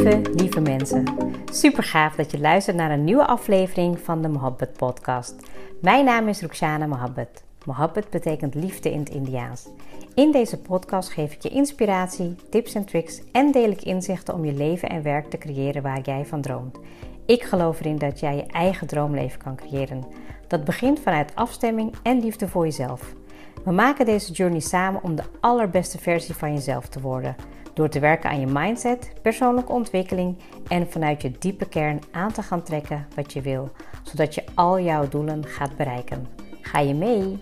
Lieve mensen, super gaaf dat je luistert naar een nieuwe aflevering van de Mohabbat podcast. Mijn naam is Rukhsana Mohabbat. Mohabbat betekent liefde in het Indiaans. In deze podcast geef ik je inspiratie, tips en tricks en deel ik inzichten om je leven en werk te creëren waar jij van droomt. Ik geloof erin dat jij je eigen droomleven kan creëren. Dat begint vanuit afstemming en liefde voor jezelf. We maken deze journey samen om de allerbeste versie van jezelf te worden. Door te werken aan je mindset, persoonlijke ontwikkeling en vanuit je diepe kern aan te gaan trekken wat je wil. Zodat je al jouw doelen gaat bereiken. Ga je mee?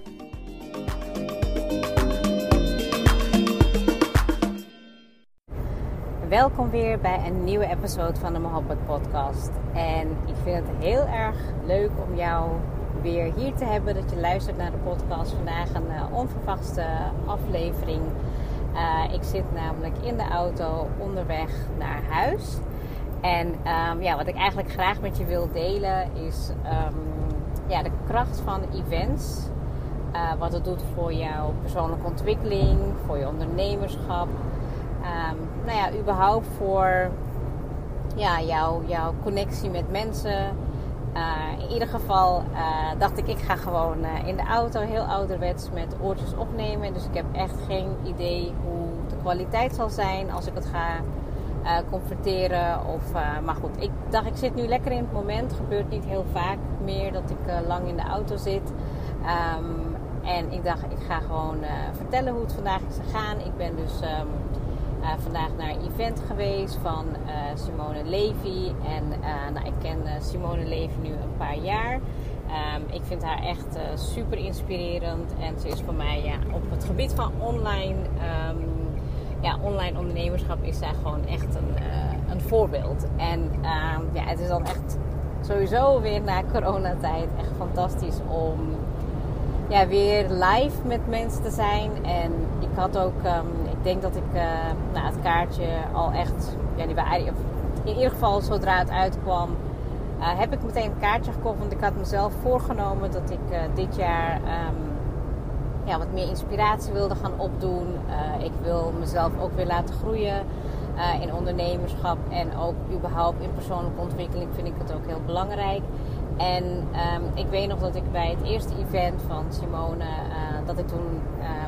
Welkom weer bij een nieuwe episode van de Mohabbat podcast. En ik vind het heel erg leuk om jou weer hier te hebben. Dat je luistert naar de podcast. Vandaag een onverwachte aflevering. Ik zit namelijk in de auto onderweg naar huis. En wat ik eigenlijk graag met je wil delen is de kracht van events. Wat het doet voor jouw persoonlijke ontwikkeling, voor je ondernemerschap. Überhaupt voor jouw connectie met mensen. In ieder geval dacht ik ga gewoon in de auto heel ouderwets met oortjes opnemen. Dus ik heb echt geen idee hoe de kwaliteit zal zijn als ik het ga converteren. Maar goed, ik dacht ik zit nu lekker in het moment. Het gebeurt niet heel vaak meer dat ik lang in de auto zit. En ik dacht ik ga gewoon vertellen hoe het vandaag is gegaan. Ik ben dus vandaag naar een event geweest van Simone Levy. En ik ken Simone Levy nu een paar jaar. Ik vind haar echt super inspirerend. En ze is voor mij op het gebied van online ondernemerschap is zij gewoon echt een voorbeeld. En het is dan echt sowieso weer na coronatijd echt fantastisch om weer live met mensen te zijn. En ik had ook, ik denk dat ik het kaartje al echt, in ieder geval zodra het uitkwam, heb ik meteen een kaartje gekocht. Want ik had mezelf voorgenomen dat ik dit jaar wat meer inspiratie wilde gaan opdoen. Ik wil mezelf ook weer laten groeien in ondernemerschap. En ook überhaupt in persoonlijke ontwikkeling vind ik het ook heel belangrijk. En ik weet nog dat ik bij het eerste event van Simone, dat ik toen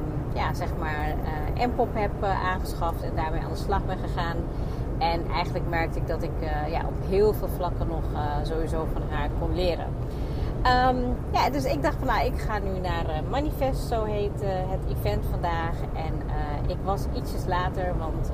M-pop heb aangeschaft en daarmee aan de slag ben gegaan. En eigenlijk merkte ik dat ik op heel veel vlakken nog sowieso van haar kon leren. Dus ik dacht van ik ga nu naar Manifest, zo heet het event vandaag. En ik was ietsjes later, want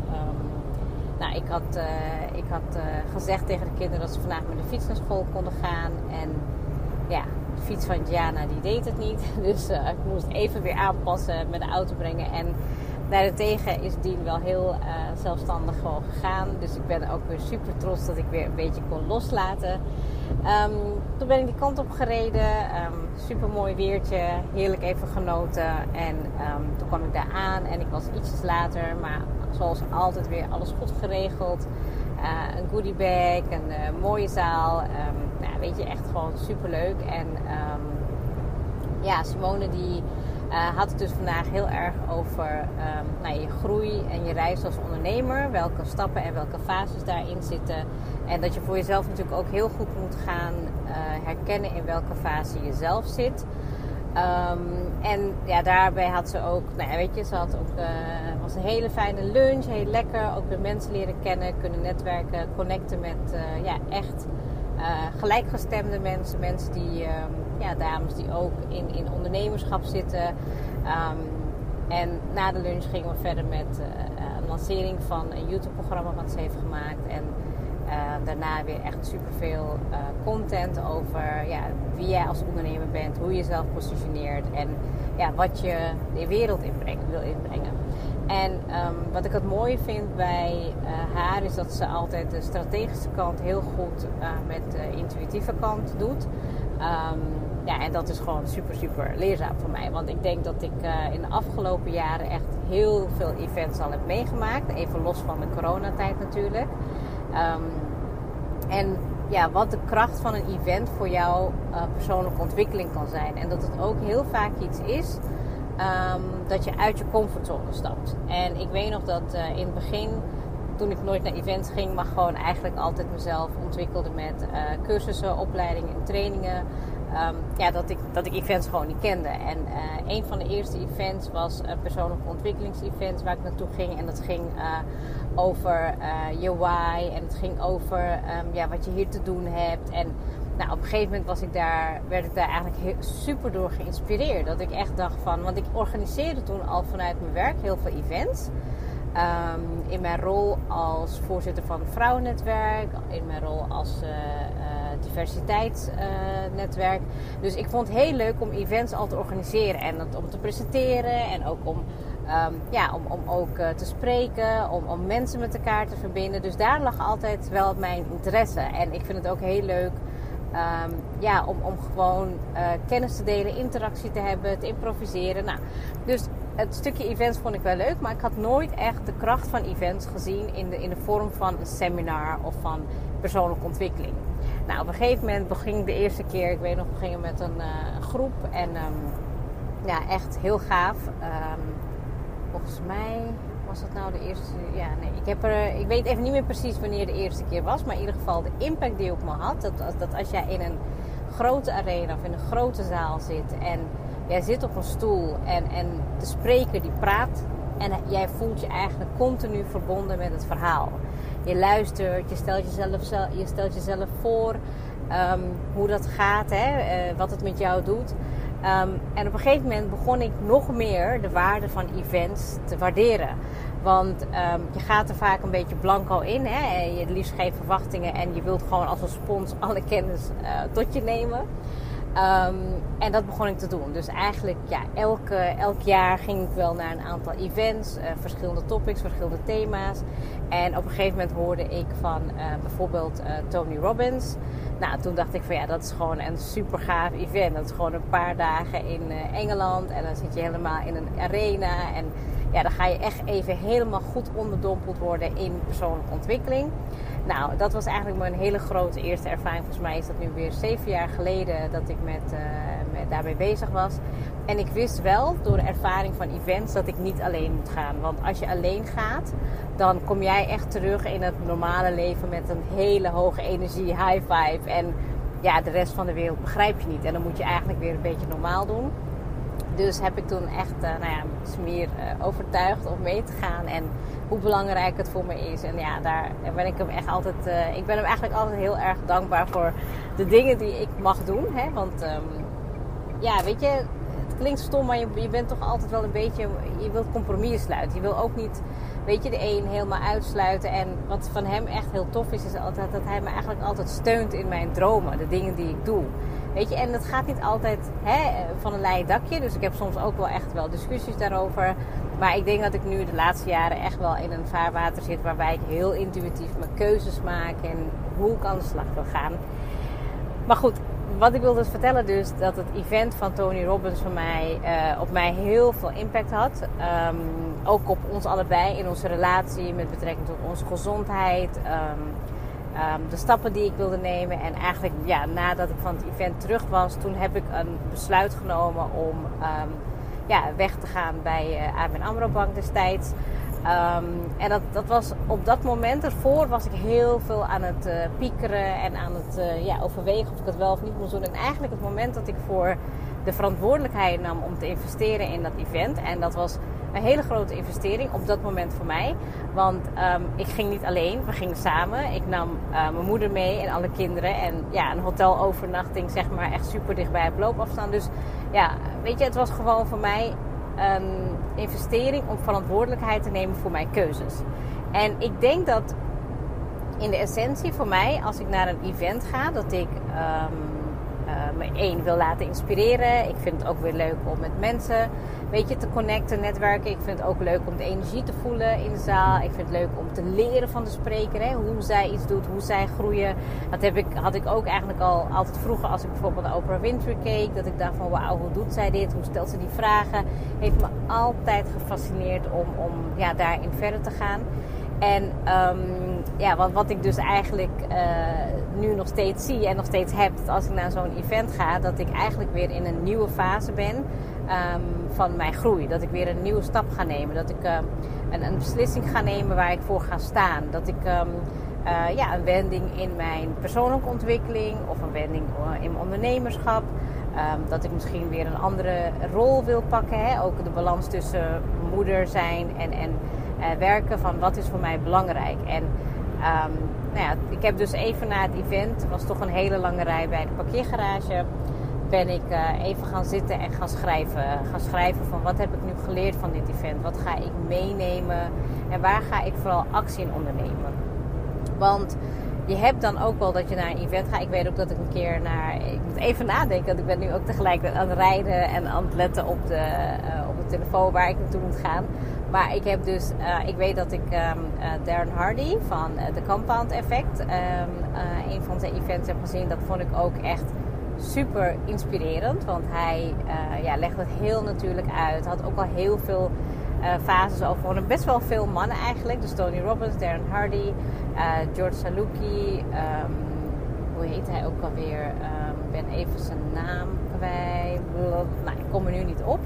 ik had gezegd tegen de kinderen dat ze vandaag met de fiets naar school konden gaan. En de fiets van Diana die deed het niet. Dus ik moest even weer aanpassen, met de auto brengen. En daarentegen is Dien wel heel zelfstandig gewoon gegaan. Dus ik ben ook weer super trots dat ik weer een beetje kon loslaten. Toen ben ik die kant op gereden. Super mooi weertje. Heerlijk even genoten. En toen kwam ik daar aan en ik was ietsjes later. Maar zoals altijd weer alles goed geregeld. Een goodie bag, een mooie zaal. Echt gewoon super leuk. En Simone die had het dus vandaag heel erg over je groei en je reis als ondernemer. Welke stappen en welke fases daarin zitten. En dat je voor jezelf natuurlijk ook heel goed moet gaan herkennen in welke fase je zelf zit. Daarbij had ze ook, ze had ook, was een hele fijne lunch, heel lekker. Ook weer mensen leren kennen, kunnen netwerken, connecten met echt gelijkgestemde mensen. Mensen die, dames die ook in ondernemerschap zitten. En na de lunch gingen we verder met een lancering van een YouTube-programma wat ze heeft gemaakt. En daarna weer echt superveel content over wie jij als ondernemer bent, hoe je jezelf positioneert en wat je de wereld wil inbrengen. En wat ik het mooie vind bij haar is dat ze altijd de strategische kant heel goed met de intuïtieve kant doet. En dat is gewoon super, super leerzaam voor mij. Want ik denk dat ik in de afgelopen jaren echt heel veel events al heb meegemaakt. Even los van de coronatijd natuurlijk. Wat de kracht van een event voor jouw persoonlijke ontwikkeling kan zijn. En dat het ook heel vaak iets is dat je uit je comfortzone stapt. En ik weet nog dat in het begin toen ik nooit naar events ging, maar gewoon eigenlijk altijd mezelf ontwikkelde met cursussen, opleidingen en trainingen. Dat ik events gewoon niet kende. En een van de eerste events was een persoonlijke ontwikkelingsevent waar ik naartoe ging. En dat ging over je why. En het ging over wat je hier te doen hebt. En nou, op een gegeven moment werd ik daar eigenlijk super door geïnspireerd. Dat ik echt dacht van, want ik organiseerde toen al vanuit mijn werk heel veel events. In mijn rol als voorzitter van het vrouwennetwerk, in mijn rol als diversiteitsnetwerk. Dus ik vond het heel leuk om events al te organiseren en om te presenteren en ook om ook te spreken, om mensen met elkaar te verbinden. Dus daar lag altijd wel mijn interesse. En ik vind het ook heel leuk om gewoon kennis te delen, interactie te hebben, te improviseren. Nou, dus het stukje events vond ik wel leuk, maar ik had nooit echt de kracht van events gezien in de vorm van een seminar of van persoonlijke ontwikkeling. Nou, op een gegeven moment beging ik de eerste keer, ik weet nog, we gingen met een groep en echt heel gaaf. Volgens mij was dat nou de eerste, ik weet even niet meer precies wanneer de eerste keer was, maar in ieder geval de impact die op me had, dat als jij in een grote arena of in een grote zaal zit en jij zit op een stoel en de spreker die praat en jij voelt je eigenlijk continu verbonden met het verhaal. Je luistert, je stelt jezelf voor hoe dat gaat, wat het met jou doet. En op een gegeven moment begon ik nog meer de waarde van events te waarderen. Want je gaat er vaak een beetje blanco in. Je hebt liefst geen verwachtingen en je wilt gewoon als een spons alle kennis tot je nemen. En dat begon ik te doen. Dus eigenlijk elk jaar ging ik wel naar een aantal events. Verschillende topics, verschillende thema's. En op een gegeven moment hoorde ik van bijvoorbeeld Tony Robbins. Nou, toen dacht ik van dat is gewoon een super gaaf event. Dat is gewoon een paar dagen in Engeland. En dan zit je helemaal in een arena. En dan ga je echt even helemaal goed onderdompeld worden in persoonlijke ontwikkeling. Nou, dat was eigenlijk mijn hele grote eerste ervaring. Volgens mij is dat nu weer 7 jaar geleden dat ik daarmee bezig was. En ik wist wel door de ervaring van events dat ik niet alleen moet gaan. Want als je alleen gaat, dan kom jij echt terug in het normale leven met een hele hoge energie, high vibe. En de rest van de wereld begrijp je niet. En dan moet je eigenlijk weer een beetje normaal doen. Dus heb ik toen echt meer overtuigd om mee te gaan. En hoe belangrijk het voor me is. En daar ben ik hem echt altijd... ik ben hem eigenlijk altijd heel erg dankbaar voor de dingen die ik mag doen. Hè? Want weet je, het klinkt stom, maar je bent toch altijd wel een beetje... Je wilt compromissen sluiten. Je wil ook niet, de een helemaal uitsluiten. En wat van hem echt heel tof is altijd dat hij me eigenlijk altijd steunt in mijn dromen. De dingen die ik doe. Weet je, en het gaat niet altijd van een leien dakje. Dus ik heb soms ook wel echt wel discussies daarover. Maar ik denk dat ik nu de laatste jaren echt wel in een vaarwater zit waarbij ik heel intuïtief mijn keuzes maak en hoe ik aan de slag wil gaan. Maar goed, wat ik wilde dus vertellen dus, dat het event van Tony Robbins van mij op mij heel veel impact had. Ook op ons allebei in onze relatie met betrekking tot onze gezondheid. De stappen die ik wilde nemen. En eigenlijk nadat ik van het event terug was, toen heb ik een besluit genomen om weg te gaan bij ABN AMRO Bank destijds. En dat was op dat moment, ervoor was ik heel veel aan het piekeren en aan het overwegen of ik het wel of niet moest doen. En eigenlijk het moment dat ik voor de verantwoordelijkheid nam om te investeren in dat event. En dat was een hele grote investering op dat moment voor mij. Want ik ging niet alleen, we gingen samen. Ik nam mijn moeder mee en alle kinderen. En een hotelovernachting, zeg maar, echt super dichtbij op loopafstand. Dus het was gewoon voor mij een investering om verantwoordelijkheid te nemen voor mijn keuzes. En ik denk dat in de essentie voor mij, als ik naar een event ga, dat ik me wil laten inspireren. Ik vind het ook weer leuk om met mensen te connecten, netwerken. Ik vind het ook leuk om de energie te voelen in de zaal. Ik vind het leuk om te leren van de spreker. Hoe zij iets doet, hoe zij groeien. Dat had ik ook eigenlijk al altijd vroeger als ik bijvoorbeeld naar Oprah Winfrey keek. Dat ik dacht van wauw, hoe doet zij dit? Hoe stelt ze die vragen? Heeft me altijd gefascineerd om daarin verder te gaan. En wat ik dus eigenlijk nu nog steeds zie en nog steeds heb, dat als ik naar zo'n event ga, dat ik eigenlijk weer in een nieuwe fase ben. van mijn groei. Dat ik weer een nieuwe stap ga nemen. Dat ik een beslissing ga nemen waar ik voor ga staan. Dat ik een wending in mijn persoonlijke ontwikkeling of een wending in mijn ondernemerschap. Dat ik misschien weer een andere rol wil pakken. Hè? Ook de balans tussen moeder zijn en werken. Van wat is voor mij belangrijk. En ik heb dus even na het event, het was toch een hele lange rij bij de parkeergarage, ben ik even gaan zitten en gaan schrijven van wat heb ik nu geleerd van dit event. Wat ga ik meenemen en waar ga ik vooral actie in ondernemen. Want je hebt dan ook wel dat je naar een event gaat. Ik weet ook dat ik een keer ik moet even nadenken, want ik ben nu ook tegelijk aan het rijden en aan het letten op de telefoon waar ik naartoe moet gaan. Maar ik heb dus, ik weet dat ik Darren Hardy van The Compound Effect, een van zijn events heb gezien. Dat vond ik ook echt super inspirerend, want hij legde het heel natuurlijk uit. Had ook al heel veel fases over best wel veel mannen eigenlijk. Dus Tony Robbins, Darren Hardy, George Saluki, hoe heet hij ook alweer? Ik ben even zijn naam kwijt. Nou, ik kom er nu niet op.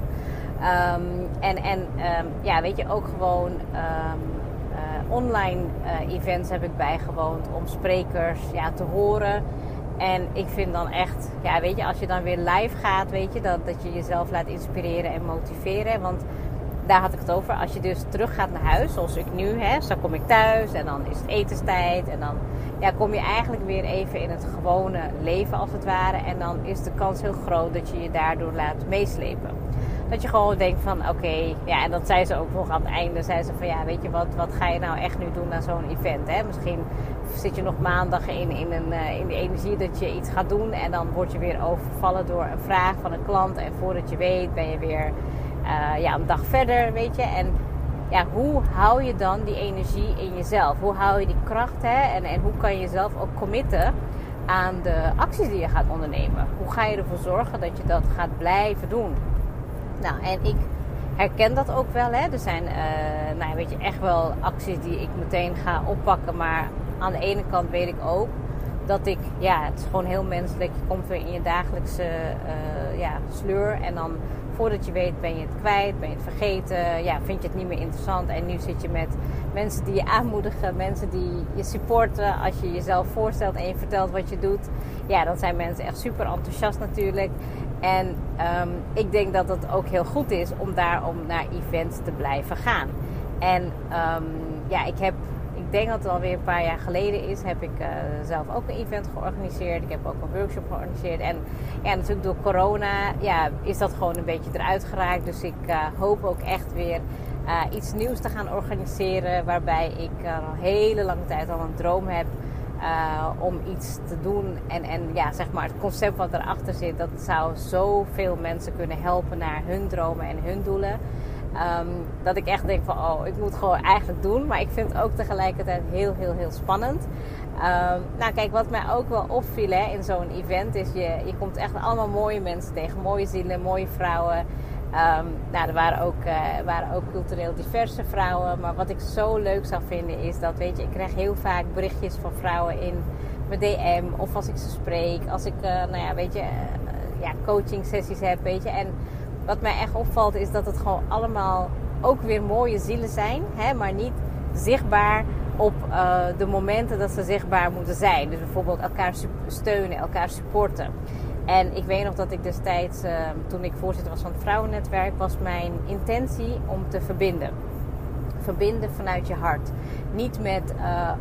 Weet je, ook gewoon online events heb ik bijgewoond om sprekers te horen. En ik vind dan echt, weet je, als je dan weer live gaat, weet je, dat je jezelf laat inspireren en motiveren. Want daar had ik het over. Als je dus terug gaat naar huis, zoals ik nu, dus dan kom ik thuis en dan is het etenstijd. En dan kom je eigenlijk weer even in het gewone leven als het ware. En dan is de kans heel groot dat je je daardoor laat meeslepen. Dat je gewoon denkt van en dat zei ze ook nog aan het einde. Zei ze van weet je wat ga je nou echt nu doen naar zo'n event. Hè? Misschien zit je nog maandag in de energie dat je iets gaat doen. En dan word je weer overvallen door een vraag van een klant. En voordat je weet ben je weer een dag verder, weet je. En hoe hou je dan die energie in jezelf? Hoe hou je die kracht, hè? En hoe kan je jezelf ook committen aan de acties die je gaat ondernemen? Hoe ga je ervoor zorgen dat je dat gaat blijven doen? Nou, en ik herken dat ook wel. Hè. Er zijn echt wel acties die ik meteen ga oppakken. Maar aan de ene kant weet ik ook dat het is gewoon heel menselijk. Je komt weer in je dagelijkse sleur. En dan voordat je weet ben je het kwijt, ben je het vergeten. Vind je het niet meer interessant. En nu zit je met mensen die je aanmoedigen. Mensen die je supporten. Als je jezelf voorstelt en je vertelt wat je doet. Dan zijn mensen echt super enthousiast natuurlijk. En ik denk dat het ook heel goed is om daarom naar events te blijven gaan. En ik denk dat het alweer een paar jaar geleden is, heb ik zelf ook een event georganiseerd. Ik heb ook een workshop georganiseerd. En natuurlijk door corona is dat gewoon een beetje eruit geraakt. Dus ik hoop ook echt weer iets nieuws te gaan organiseren. Waarbij ik al hele lange tijd al een droom heb. Om iets te doen en het concept wat erachter zit, dat zou zoveel mensen kunnen helpen naar hun dromen en hun doelen. Dat ik echt denk van ik moet het gewoon eigenlijk doen, maar ik vind het ook tegelijkertijd heel, heel, heel spannend. Kijk, wat mij ook wel opviel in zo'n event is, je komt echt allemaal mooie mensen tegen, mooie zielen, mooie vrouwen. Er waren ook cultureel diverse vrouwen. Maar wat ik zo leuk zou vinden is dat, weet je, ik krijg heel vaak berichtjes van vrouwen in mijn DM. Of als ik ze spreek. Als ik, coaching sessies heb, weet je. En wat mij echt opvalt is dat het gewoon allemaal ook weer mooie zielen zijn. Hè, maar niet zichtbaar op de momenten dat ze zichtbaar moeten zijn. Dus bijvoorbeeld elkaar steunen, elkaar supporten. En ik weet nog dat ik destijds, toen ik voorzitter was van het vrouwennetwerk, was mijn intentie om te verbinden. Verbinden vanuit je hart. Niet met,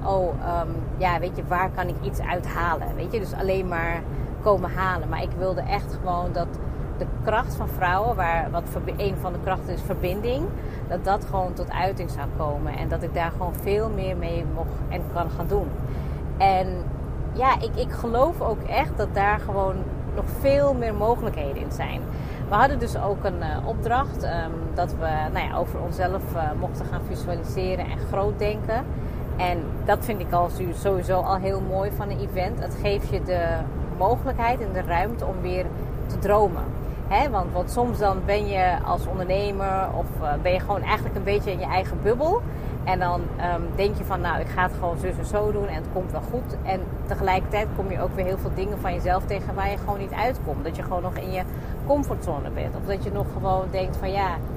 weet je, waar kan ik iets uithalen? Weet je, dus alleen maar komen halen. Maar ik wilde echt gewoon dat de kracht van vrouwen, een van de krachten is verbinding, dat gewoon tot uiting zou komen. En dat ik daar gewoon veel meer mee mocht en kan gaan doen. En ik geloof ook echt dat daar gewoon nog veel meer mogelijkheden in zijn. We hadden dus ook een opdracht dat we over onszelf mochten gaan visualiseren en groot denken. En dat vind ik sowieso al heel mooi van een event. Het geeft je de mogelijkheid en de ruimte om weer te dromen. Want soms dan ben je als ondernemer of ben je gewoon eigenlijk een beetje in je eigen bubbel. En dan denk je van, ik ga het gewoon zus en zo doen en het komt wel goed. En tegelijkertijd kom je ook weer heel veel dingen van jezelf tegen waar je gewoon niet uitkomt. Dat je gewoon nog in je comfortzone bent. Of dat je nog gewoon denkt van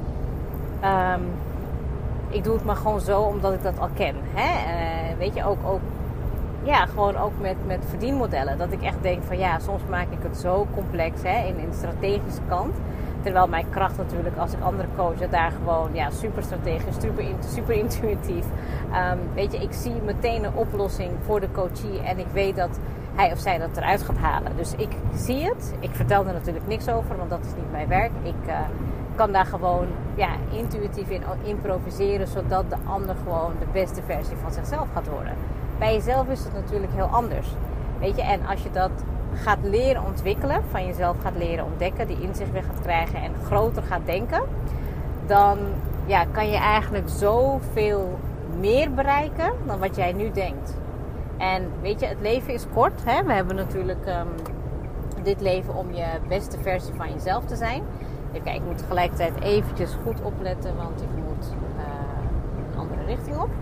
ik doe het maar gewoon zo omdat ik dat al ken. Hè? Weet je, gewoon ook met verdienmodellen. Dat ik echt denk van soms maak ik het zo complex in de strategische kant. Terwijl mijn kracht natuurlijk als ik anderen coach, daar gewoon super strategisch, super intuïtief. Weet je, ik zie meteen een oplossing voor de coachie en ik weet dat hij of zij dat eruit gaat halen. Dus ik zie het. Ik vertel er natuurlijk niks over, want dat is niet mijn werk. Ik kan daar gewoon intuïtief in improviseren, zodat de ander gewoon de beste versie van zichzelf gaat worden. Bij jezelf is het natuurlijk heel anders. Weet je, en als je dat gaat leren ontwikkelen, van jezelf gaat leren ontdekken, die inzicht weer gaat krijgen en groter gaat denken, dan kan je eigenlijk zoveel meer bereiken dan wat jij nu denkt. En weet je, het leven is kort. Hè? We hebben natuurlijk dit leven om je beste versie van jezelf te zijn. Even kijken, ik moet tegelijkertijd eventjes goed opletten, want ik moet een andere richting op.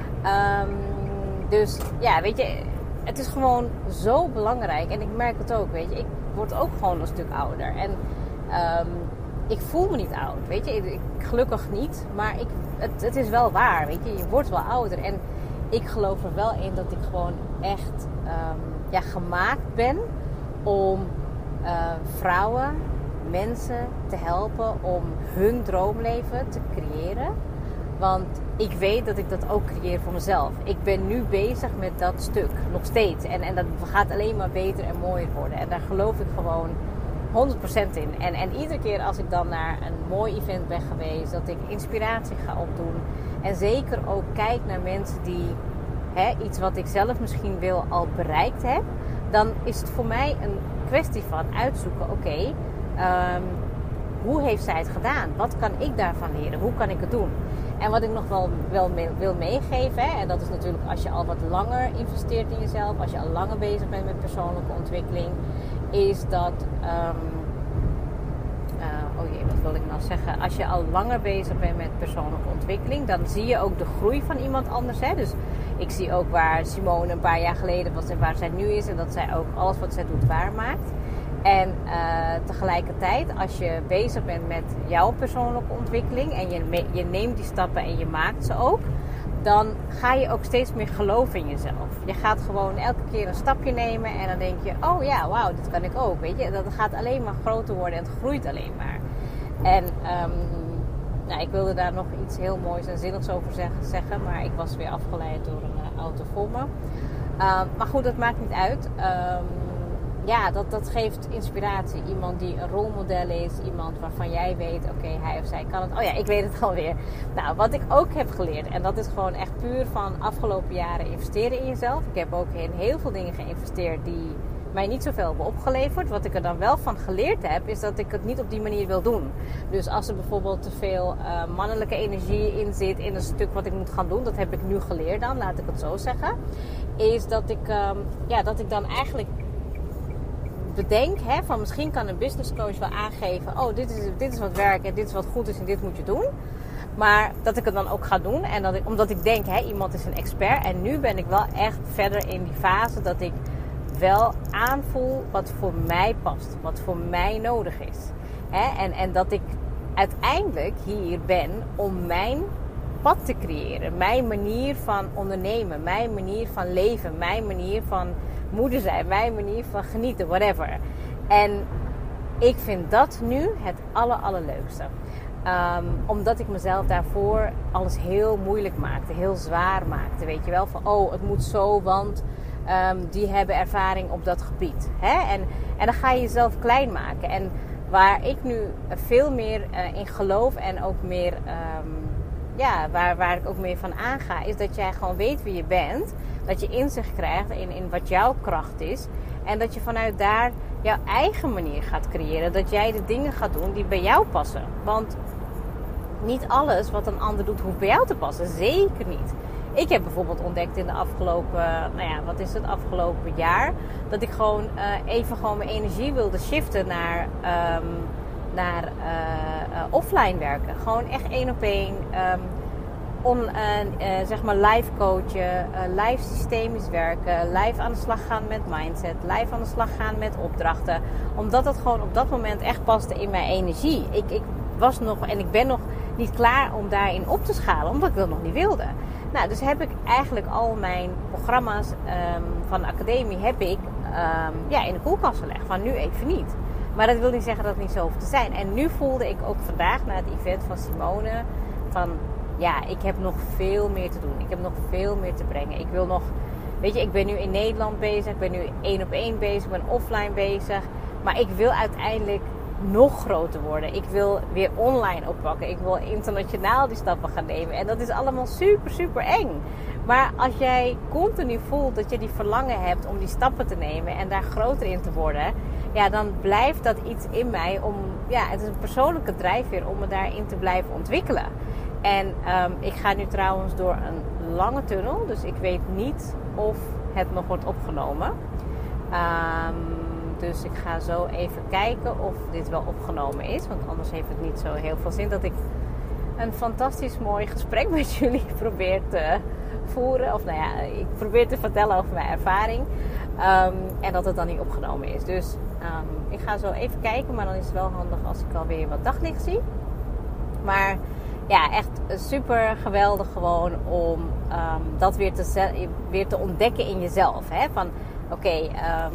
Dus weet je, het is gewoon zo belangrijk. En ik merk het ook, weet je. Ik word ook gewoon een stuk ouder. En ik voel me niet oud, weet je. Gelukkig niet, maar het is wel waar, weet je. Je wordt wel ouder. En ik geloof er wel in dat ik gewoon echt gemaakt ben om vrouwen, mensen te helpen om hun droomleven te creëren. Want ik weet dat ik dat ook creëer voor mezelf. Ik ben nu bezig met dat stuk, nog steeds. En dat gaat alleen maar beter en mooier worden. En daar geloof ik gewoon 100% in. En iedere keer als ik dan naar een mooi event ben geweest, dat ik inspiratie ga opdoen. En zeker ook kijk naar mensen die iets wat ik zelf misschien wil al bereikt heb. Dan is het voor mij een kwestie van uitzoeken, hoe heeft zij het gedaan? Wat kan ik daarvan leren? Hoe kan ik het doen? En wat ik nog wel wil meegeven, en dat is natuurlijk als je al wat langer investeert in jezelf, als je al langer bezig bent met persoonlijke ontwikkeling, is dat, wat wil ik nou zeggen? Als je al langer bezig bent met persoonlijke ontwikkeling, dan zie je ook de groei van iemand anders. Hè? Dus ik zie ook waar Simone een paar jaar geleden was en waar zij nu is, en dat zij ook alles wat zij doet waarmaakt. En tegelijkertijd, als je bezig bent met jouw persoonlijke ontwikkeling en je neemt die stappen en je maakt ze ook, dan ga je ook steeds meer geloven in jezelf. Je gaat gewoon elke keer een stapje nemen en dan denk je, wauw, dit kan ik ook. Weet je, dat gaat alleen maar groter worden en het groeit alleen maar. En ik wilde daar nog iets heel moois en zinnigs over zeggen, maar ik was weer afgeleid door een auto voor me. Maar goed, dat maakt niet uit. Dat geeft inspiratie. Iemand die een rolmodel is. Iemand waarvan jij weet, hij of zij kan het. Ik weet het alweer. Nou, wat ik ook heb geleerd. En dat is gewoon echt puur van afgelopen jaren investeren in jezelf. Ik heb ook in heel veel dingen geïnvesteerd die mij niet zoveel hebben opgeleverd. Wat ik er dan wel van geleerd heb, is dat ik het niet op die manier wil doen. Dus als er bijvoorbeeld te veel mannelijke energie in zit in een stuk wat ik moet gaan doen. Dat heb ik nu geleerd dan, laat ik het zo zeggen. Is dat ik dan eigenlijk bedenk, van misschien kan een business coach wel aangeven, dit is wat werkt en dit is wat goed is en dit moet je doen. Maar dat ik het dan ook ga doen. En omdat ik denk, iemand is een expert. En nu ben ik wel echt verder in die fase dat ik wel aanvoel wat voor mij past. Wat voor mij nodig is. En dat ik uiteindelijk hier ben om mijn pad te creëren. Mijn manier van ondernemen. Mijn manier van leven. Mijn manier van moeder zijn. Mijn manier van genieten. Whatever. En ik vind dat nu het allerleukste. Omdat ik mezelf daarvoor alles heel moeilijk maakte. Heel zwaar maakte. Weet je wel. Van het moet zo, want die hebben ervaring op dat gebied. En dan ga je jezelf klein maken. En waar ik nu veel meer in geloof en ook meer waar ik ook meer van aanga, is dat jij gewoon weet wie je bent. Dat je inzicht krijgt in wat jouw kracht is. En dat je vanuit daar jouw eigen manier gaat creëren. Dat jij de dingen gaat doen die bij jou passen. Want niet alles wat een ander doet hoeft bij jou te passen. Zeker niet. Ik heb bijvoorbeeld ontdekt in de afgelopen jaar, dat ik gewoon even mijn energie wilde shiften naar offline werken. Gewoon echt 1-op-1. zeg maar live coachen, live systemisch werken, live aan de slag gaan met mindset, live aan de slag gaan met opdrachten. Omdat het gewoon op dat moment echt paste in mijn energie. Ik was nog en ik ben nog niet klaar om daarin op te schalen, omdat ik dat nog niet wilde. Nou, dus heb ik eigenlijk al mijn programma's van de academie in de koelkast gelegd. Van nu even niet. Maar dat wil niet zeggen dat het niet zo hoeft te zijn. En nu voelde ik ook vandaag na het event van Simone van ja, ik heb nog veel meer te doen. Ik heb nog veel meer te brengen. Ik wil nog, weet je, ik ben nu in Nederland bezig. Ik ben nu 1-op-1 bezig. Ik ben offline bezig. Maar ik wil uiteindelijk nog groter worden. Ik wil weer online oppakken. Ik wil internationaal die stappen gaan nemen. En dat is allemaal super, super eng. Maar als jij continu voelt dat je die verlangen hebt om die stappen te nemen en daar groter in te worden, ja, dan blijft dat iets in mij om, ja, het is een persoonlijke drijfveer om me daarin te blijven ontwikkelen. En ik ga nu trouwens door een lange tunnel, dus ik weet niet of het nog wordt opgenomen. Dus ik ga zo even kijken of dit wel opgenomen is, want anders heeft het niet zo heel veel zin dat ik een fantastisch mooi gesprek met jullie probeer te voeren. Of nou ja, ik probeer te vertellen over mijn ervaring. En dat het dan niet opgenomen is. Dus ik ga zo even kijken. Maar dan is het wel handig als ik alweer wat daglicht zie. Maar ja, echt super geweldig gewoon om dat weer te ontdekken in jezelf. Hè? Van oké,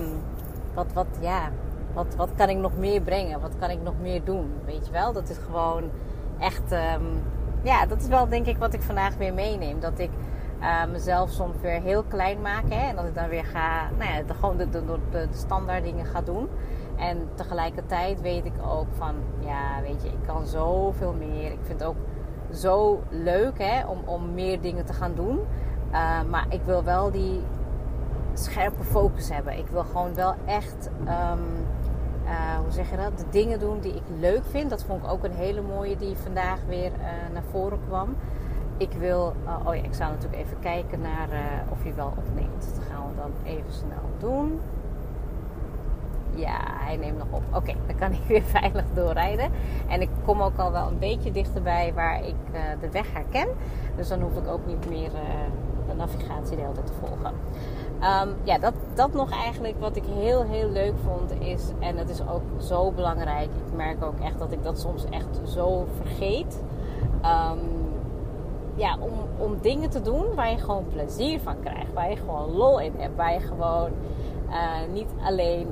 wat kan ik nog meer brengen? Wat kan ik nog meer doen? Weet je wel? Dat is gewoon echt, dat is wel denk ik wat ik vandaag weer meeneem. Dat ik mezelf soms weer heel klein maak. Hè? En dat ik dan weer ga, gewoon de standaard dingen ga doen. En tegelijkertijd weet ik ook van, ja, weet je, ik kan zoveel meer. Ik vind het ook zo leuk, hè, om meer dingen te gaan doen. Maar ik wil wel die scherpe focus hebben. Ik wil gewoon wel echt, hoe zeg je dat? De dingen doen die ik leuk vind. Dat vond ik ook een hele mooie die vandaag weer naar voren kwam. Ik wil, ik zou natuurlijk even kijken naar of hij wel opneemt. Dat gaan we dan even snel doen. Ja, hij neemt nog op. Oké, dan kan ik weer veilig doorrijden. En ik kom ook al wel een beetje dichterbij waar ik de weg herken. Dus dan hoef ik ook niet meer de navigatie de hele tijd te volgen. Dat nog eigenlijk wat ik heel, heel leuk vond is... En het is ook zo belangrijk. Ik merk ook echt dat ik dat soms echt zo vergeet. Om dingen te doen waar je gewoon plezier van krijgt. Waar je gewoon lol in hebt. Waar je gewoon niet alleen...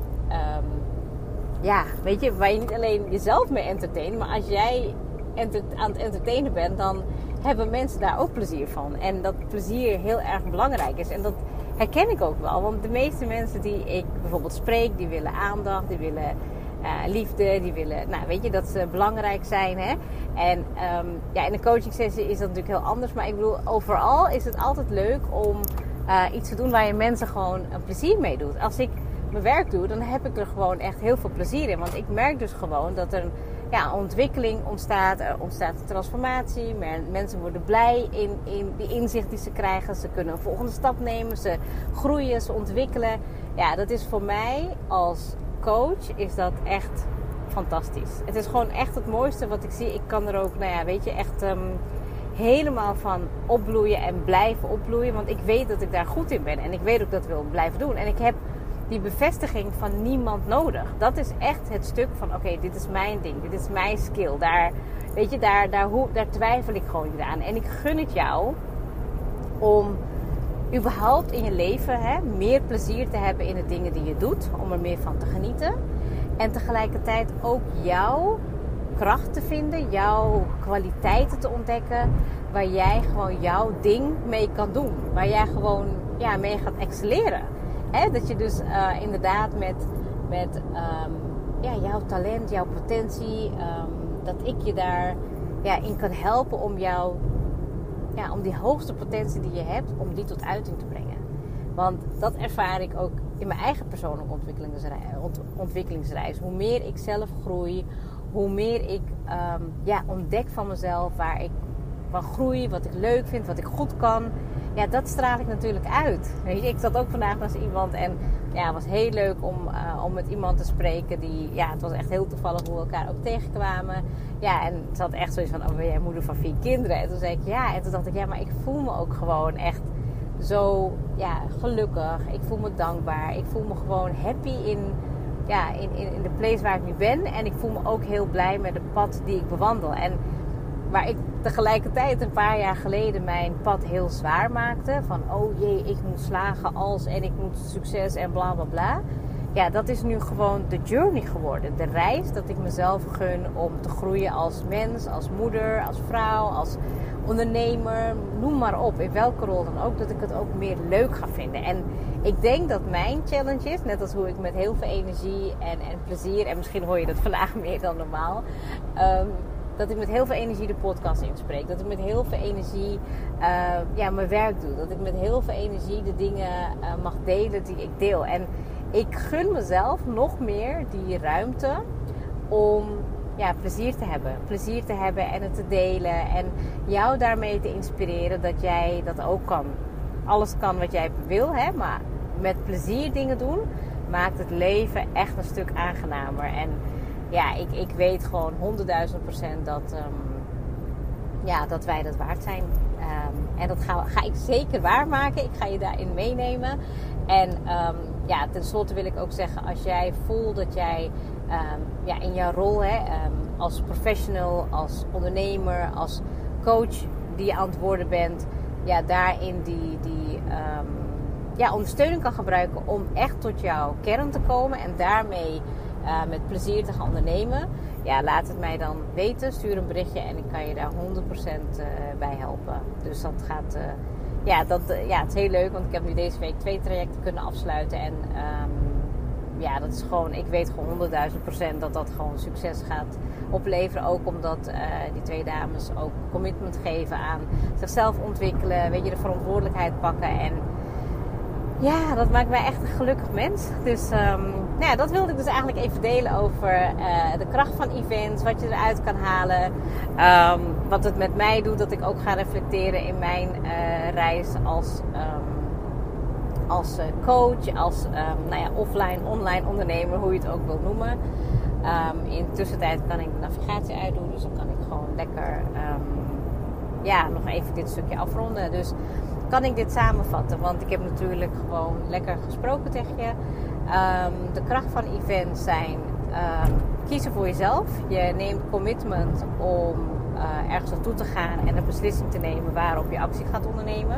waar je niet alleen jezelf mee entertaint. Maar als jij aan het entertainen bent, dan hebben mensen daar ook plezier van. En dat plezier heel erg belangrijk is. En dat herken ik ook wel. Want de meeste mensen die ik bijvoorbeeld spreek, die willen aandacht, die willen liefde, die willen, dat ze belangrijk zijn. Hè? En in een coaching sessie is dat natuurlijk heel anders. Maar ik bedoel, overal is het altijd leuk om iets te doen waar je mensen gewoon een plezier mee doet. Als ik mijn werk doe, dan heb ik er gewoon echt heel veel plezier in. Want ik merk dus gewoon dat er een ontwikkeling ontstaat. Er ontstaat een transformatie. Mensen worden blij in die inzicht die ze krijgen. Ze kunnen een volgende stap nemen. Ze groeien, ze ontwikkelen. Ja, dat is voor mij als coach is dat echt fantastisch. Het is gewoon echt het mooiste wat ik zie. Ik kan er ook, echt helemaal van opbloeien en blijven opbloeien. Want ik weet dat ik daar goed in ben. En ik weet ook dat ik wil blijven doen. En ik heb die bevestiging van niemand nodig. Dat is echt het stuk van, oké, dit is mijn ding. Dit is mijn skill. Daar twijfel ik gewoon niet aan. En ik gun het jou om überhaupt in je leven meer plezier te hebben in de dingen die je doet. Om er meer van te genieten. En tegelijkertijd ook jouw kracht te vinden. Jouw kwaliteiten te ontdekken. Waar jij gewoon jouw ding mee kan doen. Waar jij gewoon mee gaat excelleren. Dat je dus inderdaad met jouw talent, jouw potentie, dat ik je daar in kan helpen om om die hoogste potentie die je hebt, om die tot uiting te brengen. Want dat ervaar ik ook in mijn eigen persoonlijke ontwikkelingsreis. Hoe meer ik zelf groei, hoe meer ik ontdek van mezelf, waar ik van groei, wat ik leuk vind, wat ik goed kan. ja, dat straal ik natuurlijk uit. Weet je, ik zat ook vandaag naast iemand en ja, het was heel leuk om met iemand te spreken die, ja, het was echt heel toevallig hoe we elkaar ook tegenkwamen. Ja, en ze had echt zoiets van, oh, ben jij moeder van 4 kinderen? En toen zei ik, ja. En toen dacht ik, ja, maar ik voel me ook gewoon echt zo, ja, gelukkig. Ik voel me dankbaar. Ik voel me gewoon happy in de place waar ik nu ben. En ik voel me ook heel blij met het pad die ik bewandel. En waar ik tegelijkertijd een paar jaar geleden mijn pad heel zwaar maakte. Van, oh jee, ik moet slagen als en ik moet succes en bla bla bla. Ja, dat is nu gewoon de journey geworden. De reis dat ik mezelf gun om te groeien als mens, als moeder, als vrouw, als ondernemer. Noem maar op, in welke rol dan ook. Dat ik het ook meer leuk ga vinden. En ik denk dat mijn challenge is, net als hoe ik met heel veel energie en plezier, en misschien hoor je dat vandaag meer dan normaal, dat ik met heel veel energie de podcast inspreek. Dat ik met heel veel energie mijn werk doe. Dat ik met heel veel energie de dingen mag delen die ik deel. En ik gun mezelf nog meer die ruimte om plezier te hebben. Plezier te hebben en het te delen. En jou daarmee te inspireren dat jij dat ook kan. Alles kan wat jij wil, hè, maar met plezier dingen doen maakt het leven echt een stuk aangenamer. En ja, ik weet gewoon 100.000% dat wij dat waard zijn. En dat ga ik zeker waarmaken. Ik ga je daarin meenemen. En tenslotte wil ik ook zeggen, als jij voelt dat jij in jouw rol, als professional, als ondernemer, als coach die je aan het worden bent, ja, daarin die ondersteuning kan gebruiken om echt tot jouw kern te komen en daarmee met plezier te gaan ondernemen. Ja, laat het mij dan weten. Stuur een berichtje en ik kan je daar 100% bij helpen. Dus dat gaat... het is heel leuk, want ik heb nu deze week 2 trajecten kunnen afsluiten. En dat is gewoon... Ik weet gewoon 100.000% dat gewoon succes gaat opleveren. Ook omdat die 2 dames ook commitment geven aan zichzelf ontwikkelen. Weet je, de verantwoordelijkheid pakken. En ja, dat maakt mij echt een gelukkig mens. Dus dat wilde ik dus eigenlijk even delen over de kracht van events. Wat je eruit kan halen. Wat het met mij doet. Dat ik ook ga reflecteren in mijn reis als coach. Als offline, online ondernemer. Hoe je het ook wil noemen. In de tussentijd kan ik de navigatie uitdoen. Dus dan kan ik gewoon lekker nog even dit stukje afronden. Dus kan ik dit samenvatten? Want ik heb natuurlijk gewoon lekker gesproken tegen je. De kracht van events zijn kiezen voor jezelf. Je neemt commitment om ergens naartoe te gaan en een beslissing te nemen waarop je actie gaat ondernemen.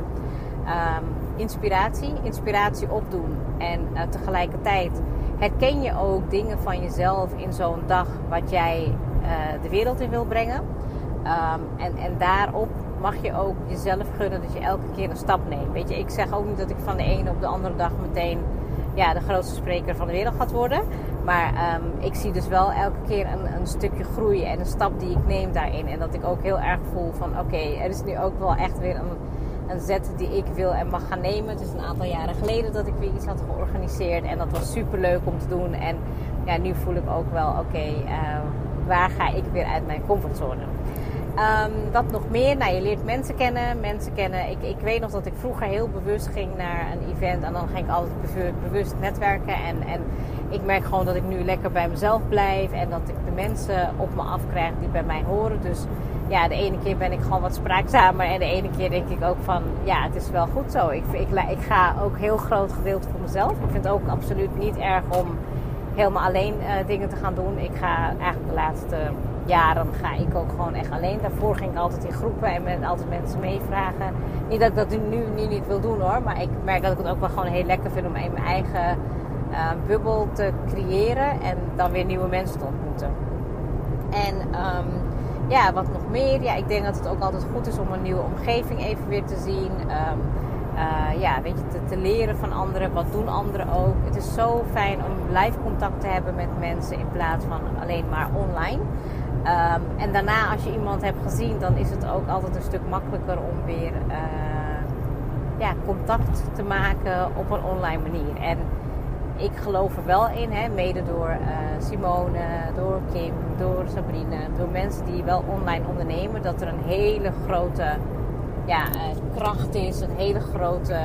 Inspiratie opdoen. En tegelijkertijd herken je ook dingen van jezelf in zo'n dag wat jij de wereld in wil brengen. En daarop mag je ook jezelf gunnen dat je elke keer een stap neemt. Weet je, ik zeg ook niet dat ik van de ene op de andere dag meteen de grootste spreker van de wereld gaat worden. Maar ik zie dus wel elke keer een stukje groei en een stap die ik neem daarin. En dat ik ook heel erg voel van oké, er is nu ook wel echt weer een zet die ik wil en mag gaan nemen. Het is een aantal jaren geleden dat ik weer iets had georganiseerd. En dat was super leuk om te doen. En ja, nu voel ik ook wel waar ga ik weer uit mijn comfortzone. Wat nog meer? Nou, je leert mensen kennen. Ik weet nog dat ik vroeger heel bewust ging naar een event. En dan ging ik altijd bewust netwerken. En ik merk gewoon dat ik nu lekker bij mezelf blijf. En dat ik de mensen op me afkrijg die bij mij horen. Dus ja, de ene keer ben ik gewoon wat spraakzamer. En de ene keer denk ik ook van, ja, het is wel goed zo. Ik ga ook heel groot gedeelte voor mezelf. Ik vind het ook absoluut niet erg om helemaal alleen dingen te gaan doen. Ik ga eigenlijk de laatste jaren ga ik ook gewoon echt alleen. Daarvoor ging ik altijd in groepen en met altijd mensen meevragen. Niet dat ik dat nu niet wil doen hoor. Maar ik merk dat ik het ook wel gewoon heel lekker vind om in mijn eigen bubbel te creëren. En dan weer nieuwe mensen te ontmoeten. En wat nog meer? Ja, ik denk dat het ook altijd goed is om een nieuwe omgeving even weer te zien. Te leren van anderen. Wat doen anderen ook? Het is zo fijn om live contact te hebben met mensen in plaats van alleen maar online. En daarna als je iemand hebt gezien, dan is het ook altijd een stuk makkelijker om weer contact te maken op een online manier. En ik geloof er wel in, mede door Simone, door Kim, door Sabrine, door mensen die wel online ondernemen, dat er een hele grote kracht is. Een hele grote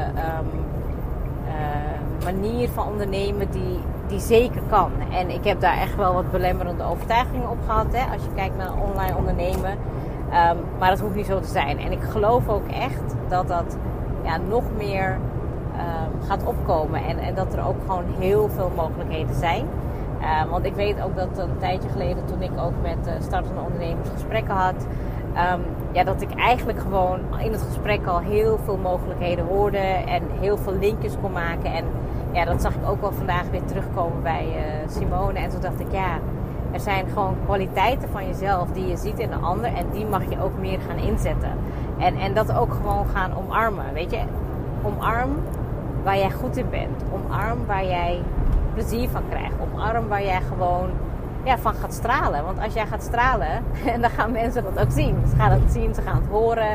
manier van ondernemen die zeker kan. En ik heb daar echt wel wat belemmerende overtuigingen op gehad. Hè, als je kijkt naar online ondernemen. Maar dat hoeft niet zo te zijn. En ik geloof ook echt dat dat nog meer gaat opkomen. En dat er ook gewoon heel veel mogelijkheden zijn. Want ik weet ook dat een tijdje geleden, toen ik ook met startende ondernemers gesprekken had, dat ik eigenlijk gewoon in het gesprek al heel veel mogelijkheden hoorde en heel veel linkjes kon maken. En dat zag ik ook wel vandaag weer terugkomen bij Simone. En toen dacht ik, er zijn gewoon kwaliteiten van jezelf die je ziet in een ander en die mag je ook meer gaan inzetten. En dat ook gewoon gaan omarmen. Weet je, omarm waar jij goed in bent. Omarm waar jij plezier van krijgt. Omarm waar jij gewoon van gaat stralen. Want als jij gaat stralen, dan gaan mensen dat ook zien. Ze gaan het zien, ze gaan het horen.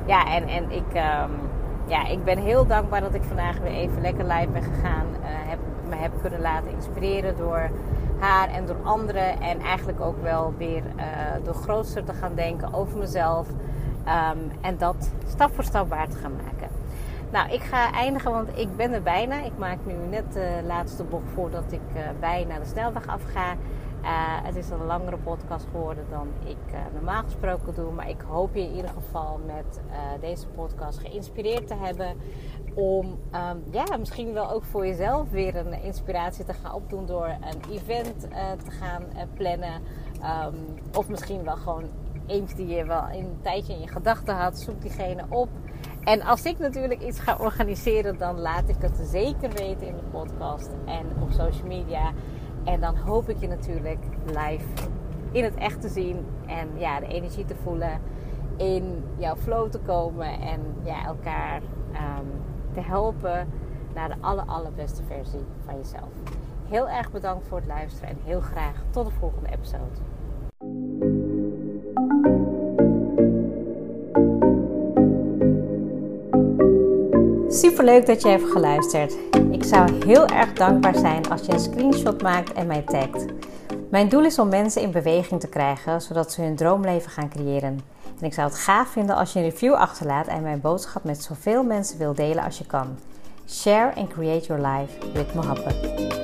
Ik ben heel dankbaar dat ik vandaag weer even lekker live ben gegaan. Me heb kunnen laten inspireren door haar en door anderen. En eigenlijk ook wel weer door grootser te gaan denken over mezelf. En dat stap voor stap waar te gaan maken. Nou, ik ga eindigen, want ik ben er bijna. Ik maak nu net de laatste bocht voordat ik bijna de snelweg afga. Het is een langere podcast geworden dan ik normaal gesproken doe. Maar ik hoop je in ieder geval met deze podcast geïnspireerd te hebben. Om misschien wel ook voor jezelf weer een inspiratie te gaan opdoen door een event te gaan plannen. Of misschien wel gewoon eens die je wel een tijdje in je gedachten had. Zoek diegene op. En als ik natuurlijk iets ga organiseren, dan laat ik het zeker weten in de podcast en op social media. En dan hoop ik je natuurlijk live in het echt te zien. En de energie te voelen. In jouw flow te komen. En elkaar te helpen naar de allerbeste versie van jezelf. Heel erg bedankt voor het luisteren. En heel graag tot de volgende episode. Superleuk dat je hebt geluisterd. Ik zou heel erg dankbaar zijn als je een screenshot maakt en mij tagt. Mijn doel is om mensen in beweging te krijgen, zodat ze hun droomleven gaan creëren. En ik zou het gaaf vinden als je een review achterlaat en mijn boodschap met zoveel mensen wil delen als je kan. Share and create your life with Mohabbat.